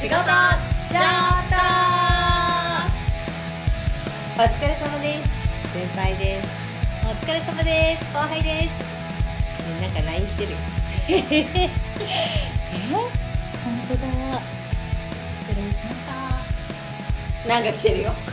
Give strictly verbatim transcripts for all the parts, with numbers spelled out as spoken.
仕事じゃーたー。お疲れ様です。先輩です。 お疲れ様です。後輩です。 みんなから ライン 来てるよえ本当だ。失礼しました。 なんか来てるよ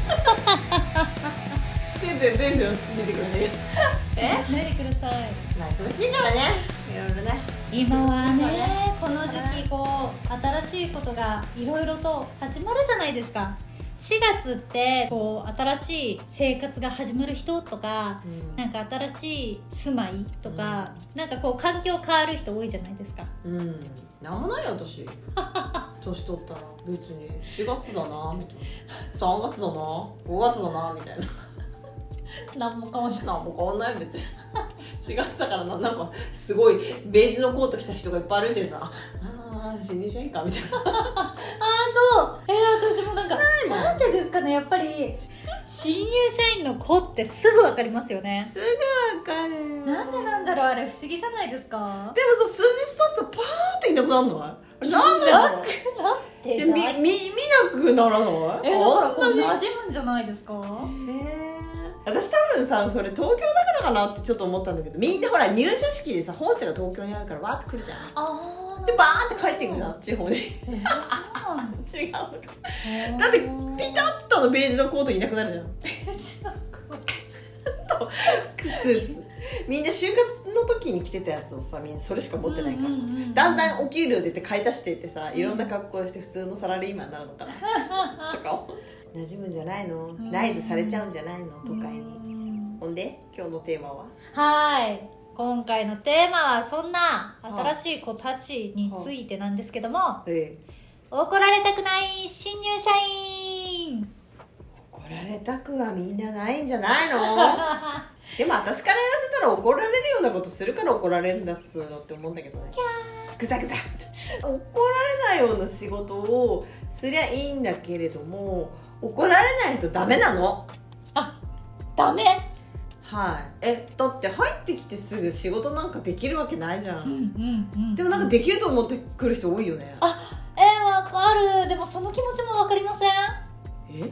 ペンペンペンペン出てくるねえしないでください。 まあ忙しいからね、いろいろね。 今はね、この時期こう新しいことがいろいろと始まるじゃないですか。しがつってこう新しい生活が始まる人とか、うん、なんか新しい住まいとか、うん、なんかこう環境変わる人多いじゃないですか。 うん、なんもないよ私年取ったら別にしがつだなみたいな、さんがつだな、ごがつだなみたいな何も変わんない。 何も変わんない別にしがつだからな、なんかすごいベージュのコート着た人がいっぱい歩いてるな、ああ新入社員かみたいなああそうえー、私もなんかなんでですかね、やっぱり新入社員の子ってすぐ分かりますよね。 すぐ分かる。 なんでなんだろう、あれ不思議じゃないですか。 でもさ、数日経つとパーンといなくなるの？ なんでだろう。なくなってないみ見なくならない？ えだからこう馴染むんじゃないですか。 へー、私多分さ、それ東京だからかなってちょっと思ったんだけど、みんなほら入社式でさ、本社が東京にあるからわーって来るじゃん。 あーでバーって帰っていくじゃん、地方に。 えー、そうなんだ。 違うのか。だってピタッとのベージュのコートいなくなるじゃん。 ベージュのコートスーツみんな就活の時に着てたやつをさ、みんなそれしか持ってないからさ、うんうんうんうん、だんだんお給料出て買い足していってさ、いろんな格好をして普通のサラリーマンになるのかなとか思って馴染むんじゃないの、内図されちゃうんじゃないの都会に。ほんで今日のテーマは、 はい今回のテーマはそんな新しい子たちについてなんですけども、はあええ、怒られたくない新入社員。 怒られたくはみんなないんじゃないのでも私から言わせたら怒られるようなことするから怒られるんだっつうのって思うんだけどね。ぐざぐざ怒られないような仕事をすりゃいいんだけれども、怒られないとダメなの。 あ、ダメ。 はい、えだって入ってきてすぐ仕事なんかできるわけないじゃん、うんうんうん、でもなんかできると思ってくる人多いよね。 あ、えー、わかる。でもその気持ちもわかりません。 え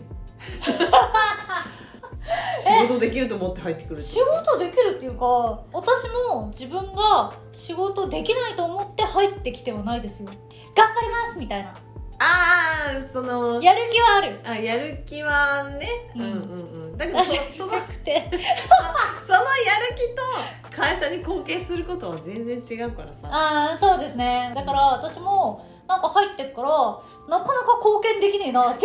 仕事できると思って入ってくるって。 仕事できるっていうか、私も自分が仕事できないと思って入ってきてはないですよ。頑張りますみたいな。 ああ、そのやる気はある。 あ、やる気はね、うん、うんうんうんだけどそそのそのやる気と会社に貢献することは全然違うからさ。 ああ、そうですね。だから私もなんか入ってっからなかなか貢献できねえなって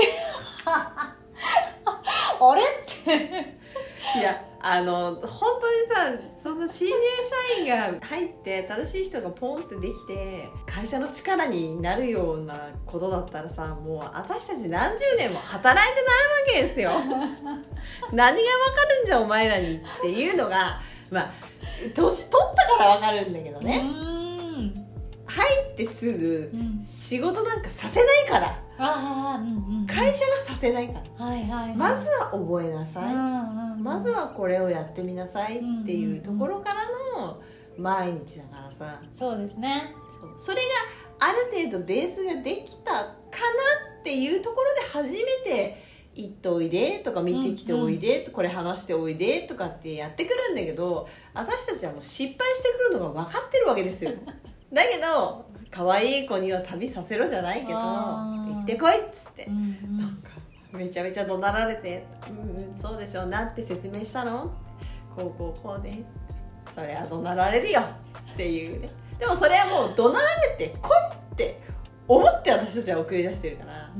あれっていや、あの本当にさ、その新入社員が入って新しい人がポンってできて会社の力になるようなことだったらさ、もう私たち何十年も働いてないわけですよ何が分かるんじゃお前らにっていうのが、まあ年取ったから分かるんだけどね。うーん、入ってすぐ仕事なんかさせないから、あ、うんうん、会社がさせないから、はいはいはい、まずは覚えなさい、うんうんうん、まずはこれをやってみなさいっていうところからの毎日だからさ。 そうですね。 そう、それがある程度ベースができたかなっていうところで初めて行っておいでとか見てきておいで、うんうん、これ話しておいでとかってやってくるんだけど、私たちはもう失敗してくるのが分かってるわけですよだけど可愛い子には旅させろじゃないけど行ってこいっつって、うんうん、なんかめちゃめちゃ怒鳴られて、うんうん、そうでしょ、なんて説明したの、こうこうこうで、それは怒鳴られるよっていうね。でもそれはもう怒鳴られてこいって思って私たちは送り出してるから、うん、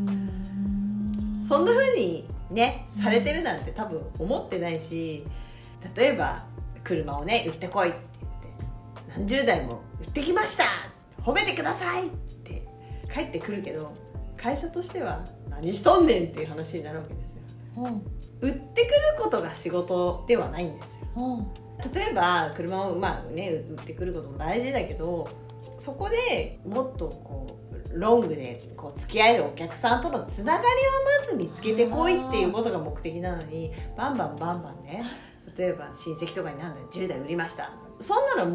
そんな風にねされてるなんて多分思ってないし、例えば車をね売ってこいって言って何十台も売ってきました、褒めてくださいって帰ってくるけど、会社としては何しとんねんっていう話になるわけですよ、うん、売ってくることが仕事ではないんですよ、うん、例えば車を、まあね、売ってくることも大事だけど、そこでもっとこうロングでこう付き合えるお客さんとのつながりをまず見つけてこいっていうことが目的なのに、バンバンバンバンね、例えば親戚とかになんだじゅうだい売りました、そんなのもう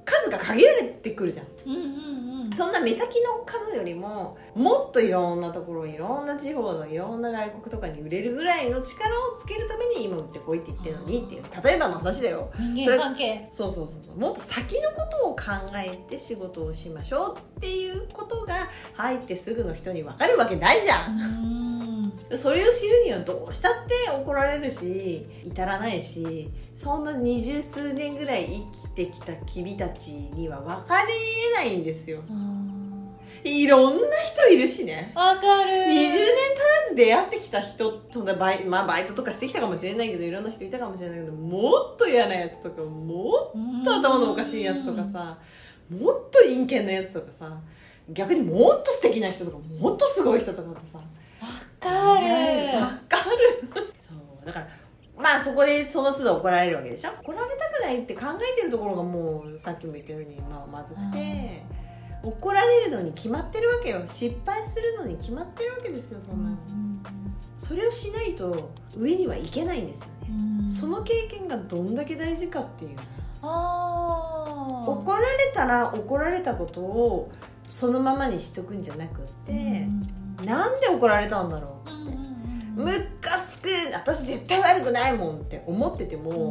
数が限られてくるじゃん、 うんうんうん、 そんな目先の数よりももっといろんなところいろんな地方のいろんな外国とかに売れるぐらいの力をつけるために今売ってこいって言ってるのにっていう例えばの話だよ。 人間関係、 そうそうそうそうもっと先のことを考えて仕事をしましょうっていうことが入ってすぐの人に分かるわけないじゃん。 うんそれを知るにはどうしたって怒られるし至らないし、そんな二十数年ぐらい生きてきた君たちには分かりえないんですよ。いろんな人いるしね。 わかる。 にじゅうねん足らず出会ってきた人、そんなバイ、まあ、バイトとかしてきたかもしれないけどいろんな人いたかもしれないけど、もっと嫌なやつとかもっと頭のおかしいやつとかさ、もっと陰険なやつとかさ、逆にもっと素敵な人とかもっとすごい人とかってさ、 わかるわかるそうだからまあそこでその都度怒られるわけでしょ。怒られたくないって考えてるところがもうさっきも言ったように、まあ、まずくて、怒られるのに決まってるわけよ。失敗するのに決まってるわけですよ。そんなの、うん、それをしないと上にはいけないんですよね、うん、その経験がどんだけ大事かっていう。あ怒られたら怒られたことをそのままにしとくんじゃなくって、うん、なんで怒られたんだろうって、うん、ムカつく私絶対悪くないもんって思ってても、うん、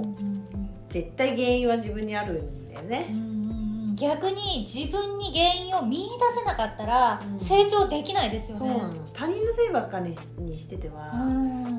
絶対原因は自分にあるんだよね、うん、 逆に自分に原因を見出せなかったら成長できないですよね、 うん、そうなの。他人のせいばっかりにしてては、うん、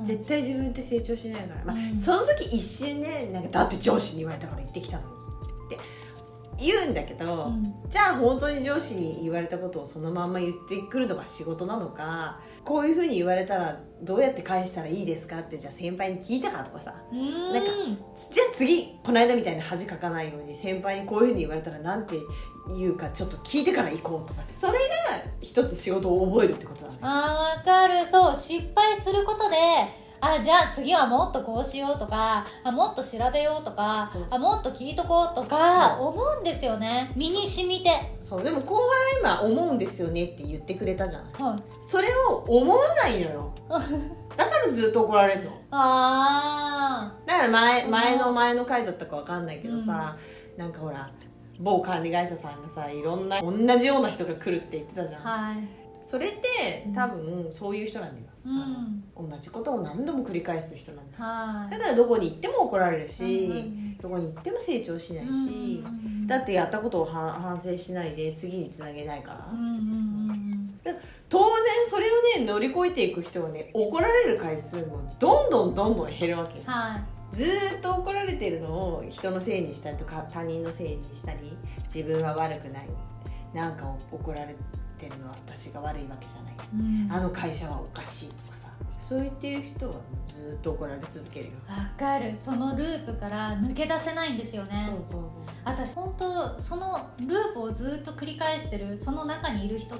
絶対自分って成長しないから、まあうん、その時一瞬ねなんかだって上司に言われたから言ってきたのにって言うんだけど、うん、じゃあ本当に上司に言われたことをそのまんま言ってくるのが仕事なのか、こういう風に言われたらどうやって返したらいいですかってじゃあ先輩に聞いたかとかさ、んなんかじゃあ次この間みたいな恥かかないように先輩にこういう風に言われたらなんて言うかちょっと聞いてから行こうとか、それが一つ仕事を覚えるってことだね。 あーわかる。そう失敗することであじゃあ次はもっとこうしようとかあもっと調べようとかあもっと聞いとこうとか思うんですよね。身に染みて。 そうでも後輩は今思うんですよねって言ってくれたじゃない、はい、それを思わないのよだからずっと怒られるの。あだから前前の前の回だったか分かんないけどさ、うん、なんかほら某管理会社さんがさいろんな同じような人が来るって言ってたじゃん、はいそれって多分そういう人なんだよ、うん、同じことを何度も繰り返す人なんだよ、はい、だからどこに行っても怒られるし、うん、どこに行っても成長しないし、うん、だってやったことを反省しないで次につなげないから、うん、だから当然それをね乗り越えていく人はね怒られる回数もどんどんどんどん減るわけ、はい、ずーっと怒られてるのを人のせいにしたりとか他人のせいにしたり自分は悪くないなんか怒られててるのは私が悪いわけじゃない、うん、あの会社はおかしいとかさそう言ってる人はずっと怒られ続けるよ。 わかる。そのループから抜け出せないんですよね。そうそうそう。私本当そのループをずっと繰り返してるその中にいる人って、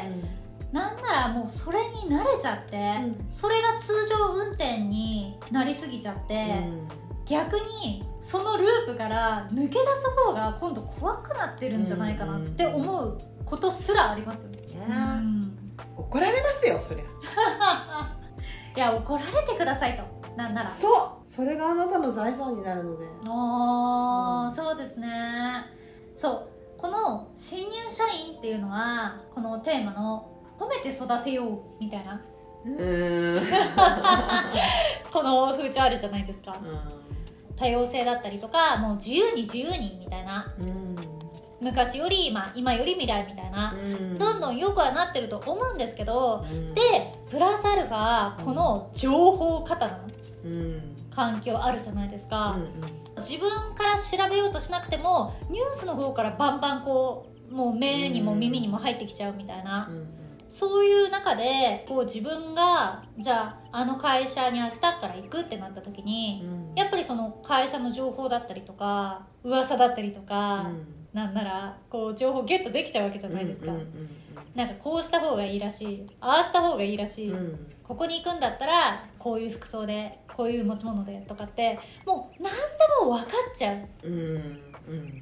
うん、なんならもうそれに慣れちゃって、うん、それが通常運転になりすぎちゃって、うん、逆にそのループから抜け出す方が今度怖くなってるんじゃないかなって思うことすらありますよね、うん、 怒られますよそりゃいや怒られてくださいとなんならそうそれがあなたの財産になるのでああ、うん、そうですね。そうこの新入社員っていうのはこのテーマの褒めて育てようみたいなうーんこの風潮あるじゃないですか、うん、多様性だったりとかもう自由に自由にみたいな、うん昔より今、今より未来みたいな、うん、どんどん良くはなってると思うんですけど、うん、でプラスアルファこの情報過多な環境あるじゃないですか、うんうん、自分から調べようとしなくてもニュースの方からバンバンこうもう目にも耳にも入ってきちゃうみたいな、うんうん、そういう中でこう自分がじゃああの会社に明日から行くってなった時に、うん、やっぱりその会社の情報だったりとか噂だったりとか、うんなんならこう情報ゲットできちゃうわけじゃないですか、うんうんうんうん、なんかこうした方がいいらしいああした方がいいらしい、うん、ここに行くんだったらこういう服装でこういう持ち物でとかってもう何でも分かっちゃう、うんうん、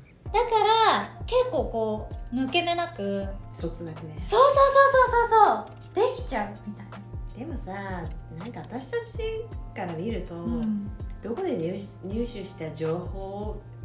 だから結構こう抜け目なくそつなくねそうそうそうそうそうできちゃうみたいな。 でもさなんか私たちから見ると、うん、どこで入手した情報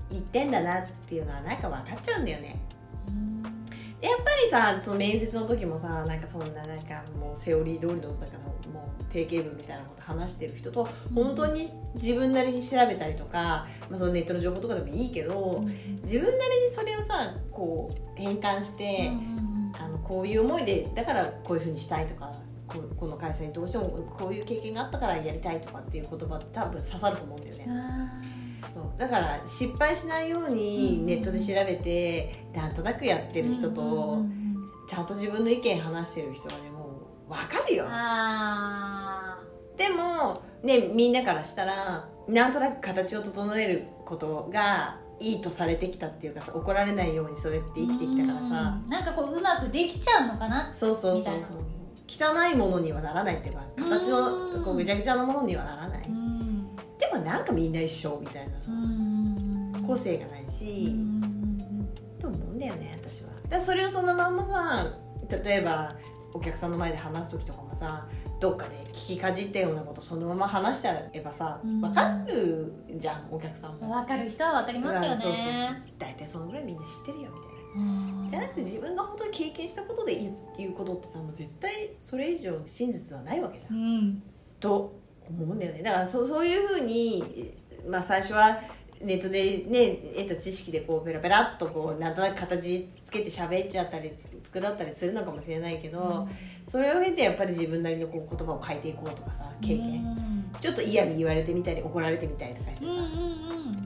言ってんだなっていうのはなんか分かっちゃうんだよね。やっぱりさ、その面接の時もさ、なんかそんななんかもうセオリー通りのだからもう定型文みたいなこと話してる人と、本当に自分なりに調べたりとか、まあ、そのネットの情報とかでもいいけど、うん、自分なりにそれをさこう変換して、うん、あのこういう思いでだからこういう風にしたいとか、こ, この会社にどうしてもこういう経験があったからやりたいとかっていう言葉って多分刺さると思うんだよね。そうだから失敗しないようにネットで調べて、うん、なんとなくやってる人と、うん、ちゃんと自分の意見話してる人はね、もう分かるよ。あでもね、みんなからしたらなんとなく形を整えることがいいとされてきたっていうかさ、怒られないようにそうやって生きてきたからさ、 んなんかこううまくできちゃうのかな。 そうそうそうそう、汚いものにはならないっていうか、形のこうぐちゃぐちゃなものにはならない。でもなんかみんな一緒みたいな、個性がないしと思うんだよね、私は。だからそれをそのまんまさ、例えばお客さんの前で話す時とかもさ、どっかで聞きかじったようなことそのまま話しちゃえばさ、分かるじゃん、お客さんも。 分かる人は分かりますよね。そうそうそう、 大体そのぐらいみんな知ってるよみたいな。じゃなくて自分が本当に経験したことで言うことってさ、もう絶対それ以上真実はないわけじゃん、うん、と思うんだよね。だから そ, そういうふうに、まあ、最初はネットで、ね、得た知識でこうペラペラっとこうなんとなく形つけて喋っちゃったり作らったりするのかもしれないけど、うん、それを経てやっぱり自分なりのこう言葉を変えていこうとかさ、経験、うん、ちょっと嫌味言われてみたり怒られてみたりとかしてさ、うんうんうん、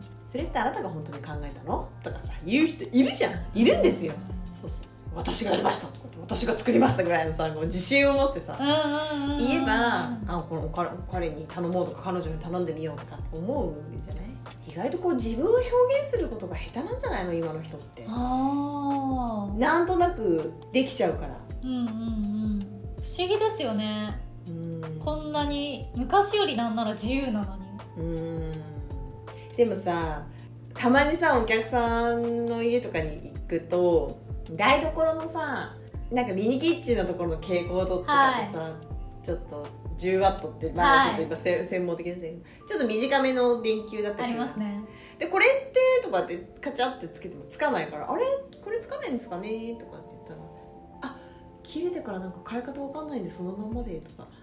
それってあなたが本当に考えたのとかさ言う人いるじゃん、いるんですよ、そうそう、私がやりましたとか私が作りましたぐらいのさ、もう自信を持ってさ、うんうんうん、言えば、あ、この 彼, 彼に頼もうとか彼女に頼んでみようとかって思うんじゃない。意外とこう自分を表現することが下手なんじゃないの、今の人って。あ、なんとなくできちゃうから、うんうんうん、 不思議ですよね。うん、こんなに昔よりなんなら自由なのに。 うん、でもさ、たまにさお客さんの家とかに行くと台所のさ、なんかミニキッチンのところの蛍光灯とかってさ、はい、ちょっとじゅうワットって、まあちょっと今、はい、専門的ですけど、ちょっと短めの電球だったりします。ありますね。でこれってとかってカチャってつけてもつかないから、あれこれつかないんですかねとかって言ったら、あ、切れてからなんか買い方わかんないんでそのままでとか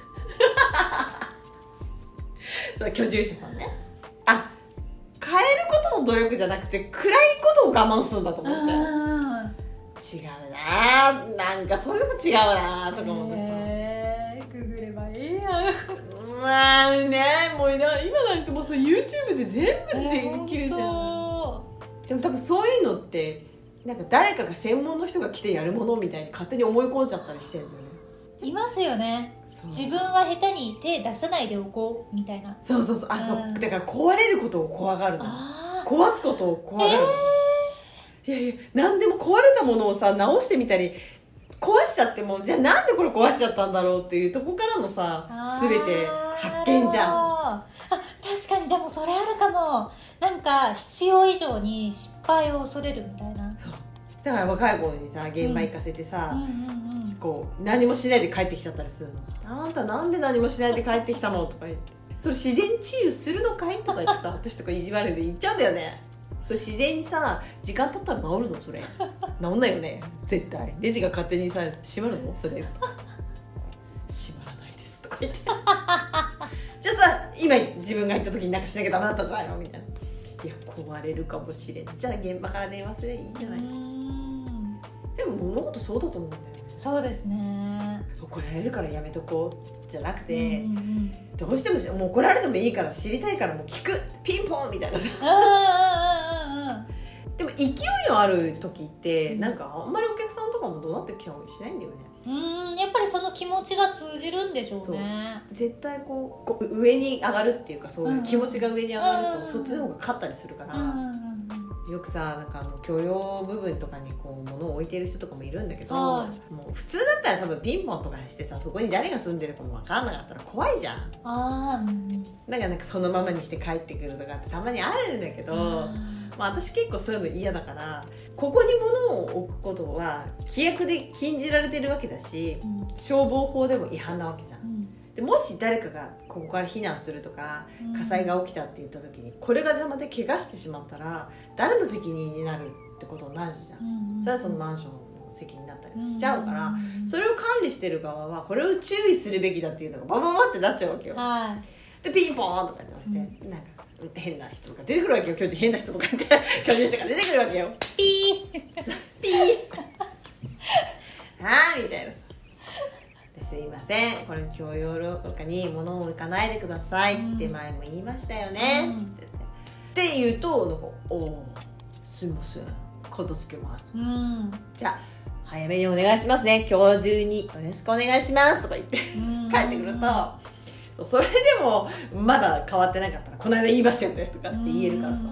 その居住者さんね、あ、変えることの努力じゃなくて暗いことを我慢するんだと思って、違うな、なんかそれでも違うなとか思ってさ、 えー、ググればいいやんまあね、もう今なんかもうさ YouTube で全部できるじゃん、えー、でも多分そういうのってなんか誰かが専門の人が来てやるものみたいに勝手に思い込んじゃったりしてるのね。 いますよね。自分は下手に手出さないでおこうみたいな。 そうそうそう、あ、そう、だから壊れることを怖がるの、壊すことを怖がるの、えー、いやいや、何でも壊れたものをさ直してみたり、壊しちゃってもじゃあなんでこれ壊しちゃったんだろうっていうとこからのさ全て発見じゃん。あ、 確かに。でもそれあるかも。なんか必要以上に失敗を恐れるみたいな。 そうだから若い子にさ現場行かせてさ、うんうんうんうん、こう何もしないで帰ってきちゃったりするの。あんたなんで何もしないで帰ってきたのとか言って、それ自然治癒するのかいとか言ってさ私とか意地悪で言っちゃうんだよね。それ自然にさ時間経ったら治るの？それ治んないよね絶対。レジが勝手にさ閉まるの？それ閉まらないですとか言ってじゃあさ今自分が行った時になんかしなきゃダメだったじゃないのみたいな。いや壊れるかもしれん、じゃあ現場から電話すればいいじゃない。うーん、でも物事そうだと思うんだよね。 そうですね。 怒られるからやめとこうじゃなくて、うんうん、どうしてももう怒られてもいいから知りたいからもう聞く、ピンポンみたいなさでも勢いのある時ってなんかあんまりお客さんとかもどうなってる気がしないんだよね。 うーん、やっぱりその気持ちが通じるんでしょうね。 絶対こう、こう上に上がるっていうか、そういう気持ちが上に上がると、うん、そっちの方が勝ったりするから、うんうんうん、よくさなんかあの許容部分とかにこう物を置いている人とかもいるんだけど、もう普通だったら多分ピンポンとかしてさそこに誰が住んでるかも分かんなかったら怖いじゃん。あ、うん、だからなんかそのままにして帰ってくるとかってたまにあるんだけど、まあ、私結構そういうの嫌だから、ここに物を置くことは規約で禁じられてるわけだし、うん、消防法でも違反なわけじゃん、うん、 でもし誰かがここから避難するとか火災が起きたって言った時にこれが邪魔で怪我してしまったら誰の責任になるってことになるじゃん、うんうん、それはそのマンションの責任だったりしちゃうから、うんうん、それを管理してる側はこれを注意するべきだっていうのがバババってなっちゃうわけよ、はい、でピンポーンとかってまして、うん、なんか変な人とか出てくるわけよ。今日変な人とかって居住者が出てくるわけよ。ピーピーあーみたいなさですいませんこれ共用廊下に物を置かないでくださいって前も言いましたよね、うん、ってって言うとなんかおすいません片付けます、うん、じゃあ早めにお願いしますね今日中によろしくお願いしますとか言って、うん、帰ってくるとそれでもまだ変わってなかったらこの間言いましたよねとかって言えるからさ、うん、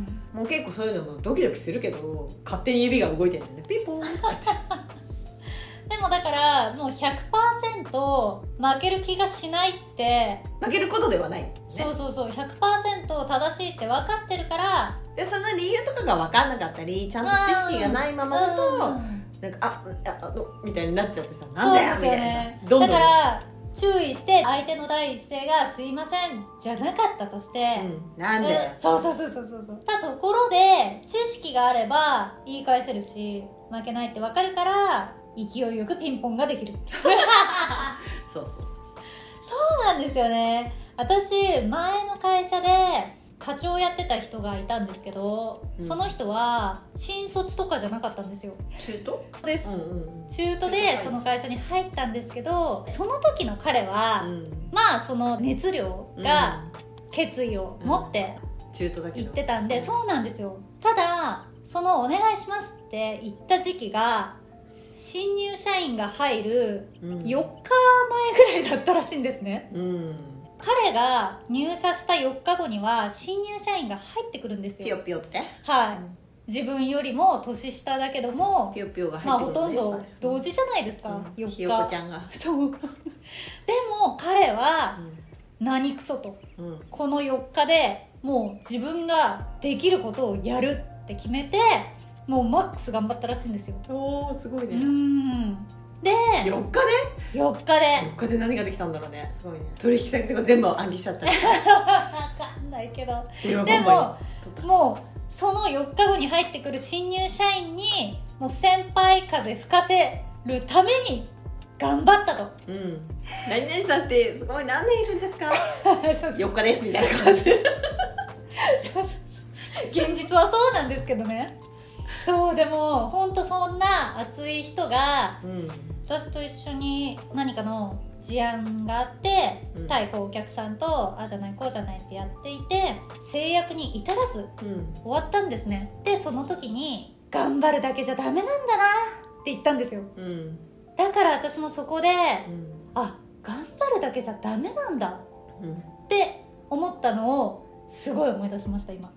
もう結構そういうのもドキドキするけど勝手に指が動いてるんで、ね、ピンポーンとかってでもだからもう ひゃくパーセント 負ける気がしないって負けることではない、ね、 そうそうそう ひゃくパーセント 正しいって分かってるからでその理由とかが分かんなかったりちゃんと知識がないままだとなんかあああのみたいになっちゃってさなんだよみたいなどんどんだから注意して相手の第一声がすいませんじゃなかったとして、 うん、なんでそうそうそうそうそうたところで知識があれば言い返せるし負けないって分かるから勢いよくピンポンができるそうそうそうそうなんですよね。私前の会社で課長やってた人がいたんですけど、うん、その人は新卒とかじゃなかったんですよ。 中途です、 うんうんうん、 中途でその会社に入ったんですけどその時の彼は、うん、まあその熱量が決意を持って言ってたんで、うん、そうなんですよ。ただそのお願いしますって言った時期が新入社員が入るよっかまえぐらいだったらしいんですね、うん、彼が入社したよっかごには新入社員が入ってくるんですよ。 ピヨピヨってはい、うん、自分よりも年下だけどもピヨピヨが入ってくる、ね、 まあ、ほとんど同時じゃないですか、 うん、 よっかひよこちゃんがそうでも彼は何クソと、うん、このよっかでもう自分ができることをやるって決めてもうマックス頑張ったらしいんですよ。 おーすごいね。 うんでよっかでよっかでよっかで何ができたんだろうね。すごいね。取引先とか全部暗記しちゃったり分かんないけどでももうそのよっかごに入ってくる新入社員にもう先輩風吹かせるために頑張ったと、 うん、何々さんってすごい何年いるんですかそうそうよっかですみたいな感じそうそうそう現実はそうなんですけどね。そうでも本当そんな熱い人が、うん、私と一緒に何かの事案があって、うん、対こうお客さんとああじゃないこうじゃないってやっていて制約に至らず、うん、終わったんですね。でその時に頑張るだけじゃダメなんだなって言ったんですよ、うん、だから私もそこで、うん、あ頑張るだけじゃダメなんだ、うん、って思ったのをすごい思い出しました今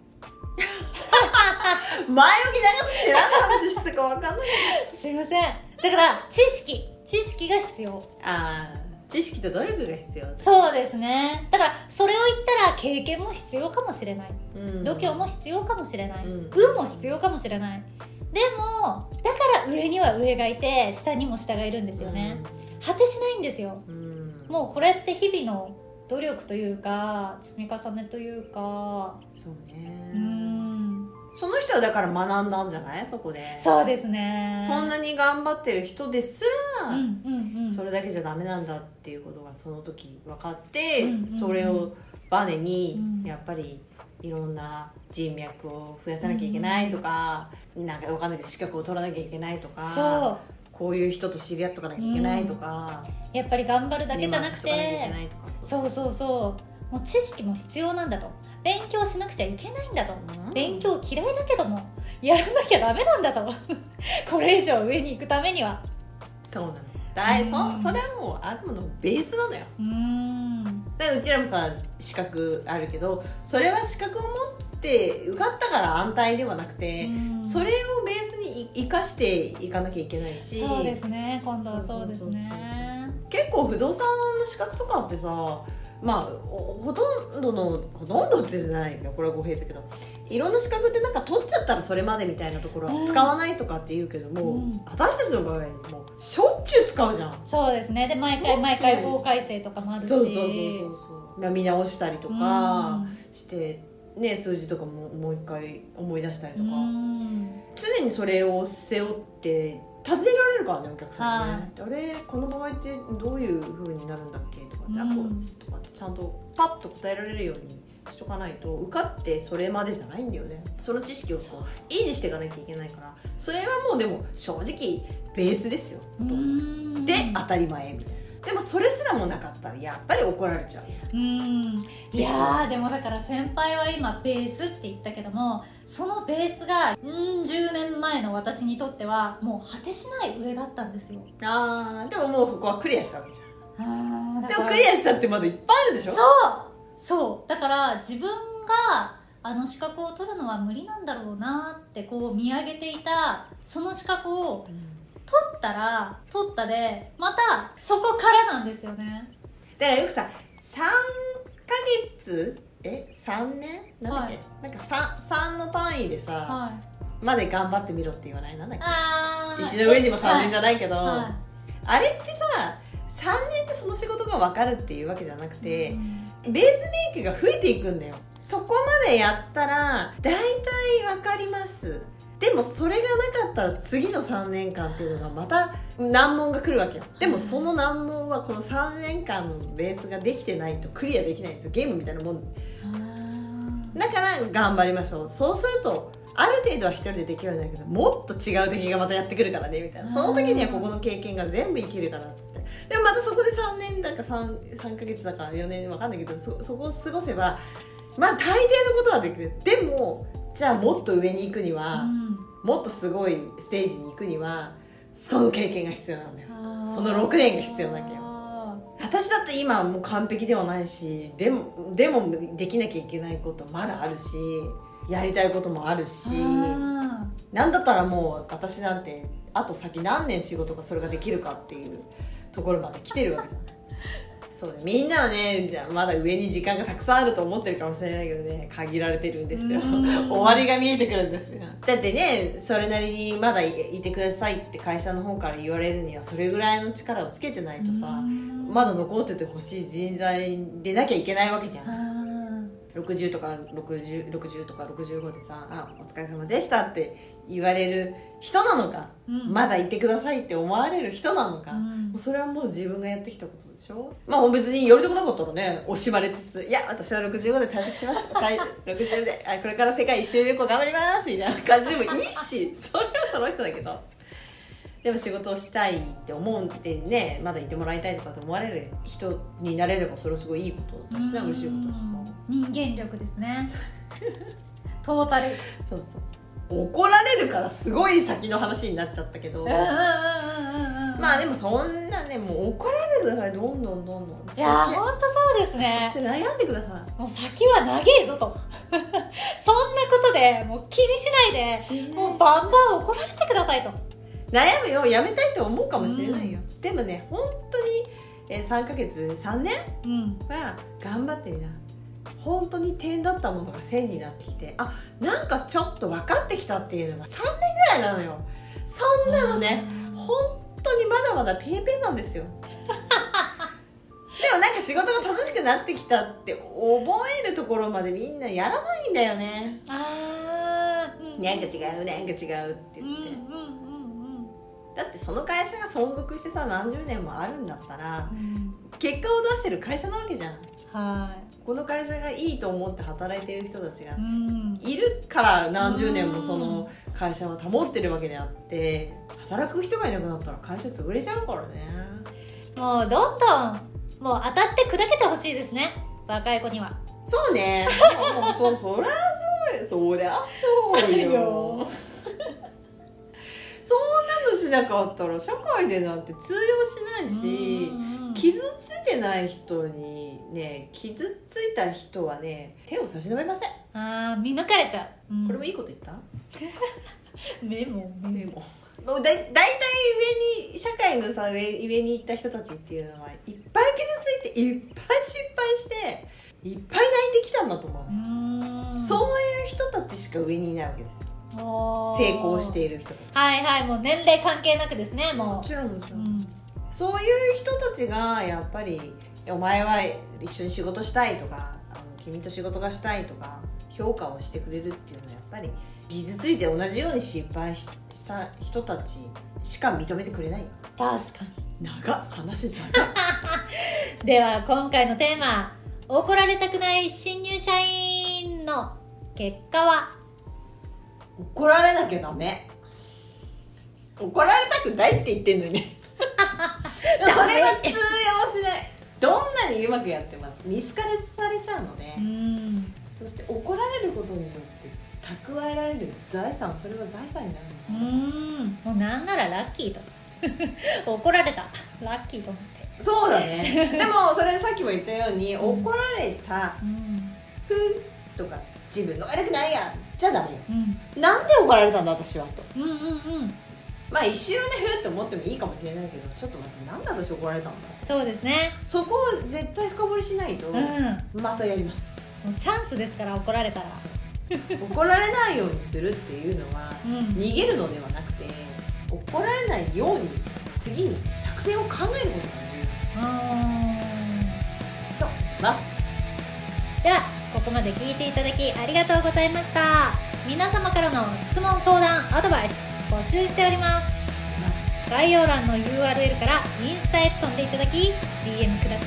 前置き長すぎて何の話してたか分かんないすいません。だから知識知識が必要。 ああ知識と努力が必要。 そうですね。だからそれを言ったら経験も必要かもしれない、うん、度胸も必要かもしれない、うん、運も必要かもしれない。でもだから上には上がいて下にも下がいるんですよね、うん、果てしないんですよ、うん、もうこれって日々の努力というか積み重ねというか。 そうね、 うんその人はだから学んだんじゃないそこで。 そうですね。 そんなに頑張ってる人ですら、 うんうんうん、 それだけじゃダメなんだっていうことがその時分かって、うんうんうん、それをバネにやっぱりいろんな人脈を増やさなきゃいけないとか、うんうん、なんか分かんないけど資格を取らなきゃいけないとか、 そうこういう人と知り合っとかなきゃいけないとか、 うん、やっぱり頑張るだけじゃなくてそうそうそうもう知識も必要なんだと。勉強しなくちゃいけないんだと、うん、勉強嫌いだけどもやらなきゃダメなんだとこれ以上上に行くためには。 そうなのだい、うん、そ, それはもうあくまでもベースなのよ。うんだからうちらもさ資格あるけどそれは資格を持って受かったから安泰ではなくて、うん、それをベースに生かしていかなきゃいけないし。 そうですね今度はそうですね。 結構不動産の資格とかってさまあほとんどのほとんどってじゃないよ、これは語弊だけど、いろんな資格ってなんか取っちゃったらそれまでみたいなところは使わないとかって言うけども、うん、私たちの場合もうしょっちゅう使うじゃん。 そうですね。で毎回毎回法改正とかもあるし、そうそうそうそうそう、見直したりとかして、うんね、数字とかももう一回思い出したりとか、うん、常にそれを背負って尋ねられるからね、お客さんにね、あれこの場合ってどういう風になるんだっけとか、うん、あこうですとかってちゃんとパッと答えられるようにしとかないと、受かってそれまでじゃないんだよね。その知識をこう維持していかなきゃいけないから、それはもうでも正直ベースですよと、で当たり前みたいな。でもそれすらもなかったらやっぱり怒られちゃう。 うーん、いやーでもだから先輩は今ベースって言ったけども、そのベースがうんじゅうねんまえの私にとってはもう果てしない上だったんですよ。 あーでももうそこはクリアしたわけじゃん。 あーだでもクリアしたってまだいっぱいあるでしょ。 そうそう、だから自分があの資格を取るのは無理なんだろうなってこう見上げていたその資格を、うん取ったら取ったでまたそこからなんですよね。 だからよくささんかげつえさんねんなんだっけ、はい、なんか 3, さんの単位でさ、はい、まで頑張ってみろって言わない？なんだっけ、あ石の上にもさんねんじゃないけど、はいはい、あれってささんねんってその仕事が分かるっていうわけじゃなくて、うん、ベースメイクが増えていくんだよ。そこまでやったらだいたい分かります。でもそれがなかったら次のさんねんかんっていうのがまた難問が来るわけよ。でもその難問はこのさんねんかんのベースができてないとクリアできないんですよ。ゲームみたいなもんだから頑張りましょう。そうするとある程度は一人でできるんだけど、もっと違う敵がまたやってくるからねみたいな。その時にはここの経験が全部生きるからって。でもまたそこでさんねんだか 3, さんかげつだかよねんわかんないけど そ, そこを過ごせばまあ大抵のことはできる。でもじゃあもっと上に行くには、うん、もっとすごいステージに行くにはその経験が必要なんだよ。そのろくねんが必要なわけよ。私だって今はもう完璧ではないし、でもでもできなきゃいけないことまだあるし、やりたいこともあるし、なんだったらもう私なんてあと先何年仕事がそれができるかっていうところまで来てるわけじゃん。そうね、みんなはねまだ上に時間がたくさんあると思ってるかもしれないけどね、限られてるんですよ。終わりが見えてくるんですよ。だってねそれなりにまだ い, いてくださいって会社の方から言われるにはそれぐらいの力をつけてないとさ、まだ残っててほしい人材でなきゃいけないわけじゃん。ろくじゅうとかろくじゅう、ろくじゅうとかろくじゅうごでさ、あお疲れ様でしたって言われる人なのか、うん、まだいてくださいって思われる人なのか、うん、もうそれはもう自分がやってきたことでしょ。まあ別にやりたくなかったらね惜しまれつつ、いや私はろくじゅうごで退職しますろくじゅうであこれから世界一周旅行頑張りますみたいな感じでもいいしそれはその人だけど、でも仕事をしたいって思うんでね、まだいてもらいたいとかと思われる人になれればそれはすごいいいことだしな、嬉しいことだしさ。 人間力ですねトータル。 そうそう怒られるからすごい先の話になっちゃったけど、まあでもそんなねもう怒られるください、どんどんどんどん。 いや本当そうですね。 そして悩んでください。 もう先は長えぞとそんなことでもう気にしないでもうバンバン怒られてくださいと。 悩むよ、やめたいと思うかもしれないよ、うん、でもね本当に、えー、さんかげつさんねんは頑張ってみな。本当に点だったものが線になってきて、あなんかちょっと分かってきたっていうのがさんねんぐらいなのよ。そんなのね、うん、本当にまだまだペーペーなんですよでもなんか仕事が楽しくなってきたって覚えるところまでみんなやらないんだよね。あー、うん、なんか違うなんか違うって言って、うんうんうん、だってその会社が存続してさ何十年もあるんだったら、うん、結果を出してる会社なわけじゃん。はい、この会社がいいと思って働いてる人たちがいるから何十年もその会社は保ってるわけであって、働く人がいなくなったら会社潰れちゃうからね。 もうどんどんもう当たって砕けてほしいですね、若い子には。 そうねもうそうそりゃそうそりゃそうよそんなのしなかったら社会でなんて通用しないし、傷ついてない人にね、傷ついた人はね手を差し伸べません。 あー見抜かれちゃう、うん、 これもいいこと言ったメモメモもうだいたい上に社会のさ 上, 上に行った人たちっていうのはいっぱい傷ついっていっぱい失敗していっぱい泣いてきたんだと思う。うーん、そういう人たちしか上にいないわけですよ。成功している人たち。 はいはい、もう年齢関係なくですね。もうもちろんもちろん、うん、そういう人たちがやっぱりお前は一緒に仕事したいとか、あの君と仕事がしたいとか評価をしてくれるっていうのはやっぱり傷ついて同じように失敗した人たちしか認めてくれない。 確かに長っ話長っでは今回のテーマ、怒られたくない新入社員の結果は、 怒られなきゃダメ。怒られたくないって言ってんのにねでもそれは通用しない。どんなにうまくやってます、見透かれされちゃうので、うん、そして怒られることによって蓄えられる財産、それは財産になるの。 うん、もうなんならラッキーと怒られたラッキーと思って。 そうだねでもそれさっきも言ったように、うん、怒られた、うん、ふうとか自分の悪くないやじゃダメよ、うん、なんで怒られたんだ私はと、うんうんうん、まあ一瞬ねふって思ってもいいかもしれないけど、ちょっと待って、なんで私怒られたんだ。 そうですね、 そこを絶対深掘りしないと、うん、またやります。 もうチャンスですから、怒られたら怒られないようにするっていうのは、うん、逃げるのではなくて、怒られないように次に作戦を考えることが重要と思います。 ではここまで聞いていただきありがとうございました。皆様からの質問、相談、アドバイス募集しております。概要欄の ユーアールエル からインスタへ飛んでいただき ディーエム ください。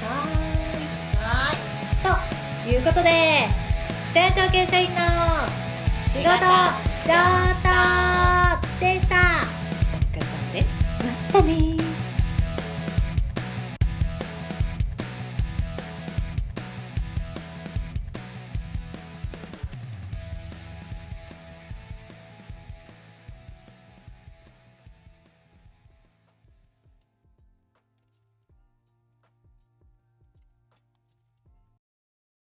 はいということで、戦闘系社員の仕事上等でした。 お疲れ様です。 またねー。